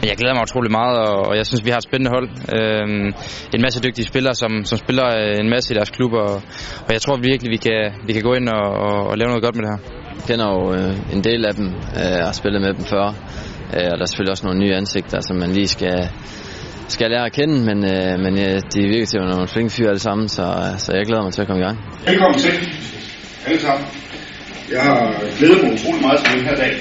Jeg glæder mig utrolig meget, og jeg synes, vi har et spændende hold. En masse dygtige spillere, som spiller en masse i deres klub, og jeg tror virkelig, vi kan gå ind og lave noget godt med det her. Jeg kender jo en del af dem, og har spillet med dem før, og der er selvfølgelig også nogle nye ansigter, som man lige skal lære at kende, men de virker til at være nogle flinke fyre alle sammen, så jeg glæder mig til at komme i gang. Velkommen til, alle sammen. Jeg har glædet mig utrolig meget til den her dag.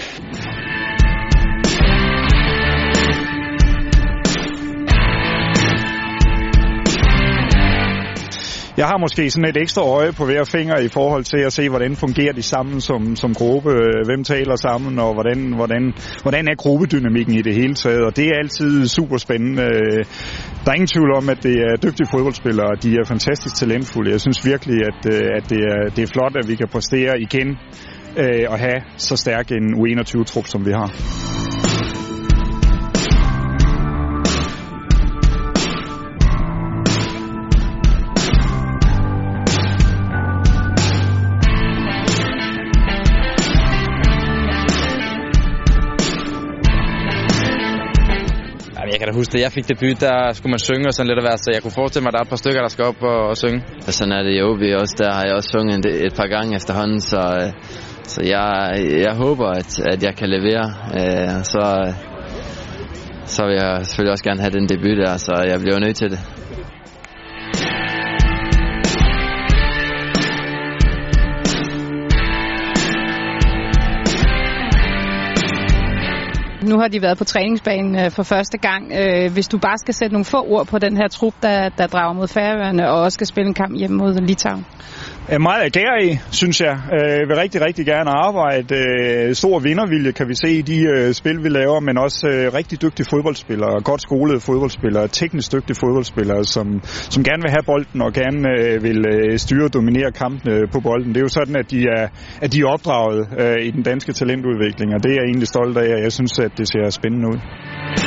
Jeg har måske sådan et ekstra øje på hver finger i forhold til at se, hvordan fungerer de sammen som gruppe, hvem taler sammen, og hvordan er gruppedynamikken i det hele taget. Og det er altid super spændende. Der er ingen tvivl om, at det er dygtige fodboldspillere, og de er fantastisk talentfulde. Jeg synes virkelig, at det er flot, at vi kan præstere igen og have så stærk en U21-trup, som vi har. Jeg kan da huske, da jeg fik debut, der skulle man synge og sådan lidt af hvert, så jeg kunne forestille mig, at der er et par stykker, der skal op og synge. Og sådan er det i OB også, der har jeg også sunget et par gange efterhånden, så jeg håber, at jeg kan levere. Så vil jeg selvfølgelig også gerne have den debut der, så jeg bliver nødt til det. Nu har de været på træningsbanen for første gang. Hvis du bare skal sætte nogle få ord på den her trup, der drager mod Færøerne og også skal spille en kamp hjemme mod Litauen. Meget agerig, synes jeg. Vil rigtig, rigtig gerne arbejde. Stor vindervilje kan vi se i de spil, vi laver, men også rigtig dygtige fodboldspillere, godt skolede fodboldspillere, teknisk dygtige fodboldspillere, som gerne vil have bolden og gerne vil styre og dominere kampene på bolden. Det er jo sådan, at de er opdraget i den danske talentudvikling, og det er jeg egentlig stolt af, og jeg synes, at det ser spændende ud.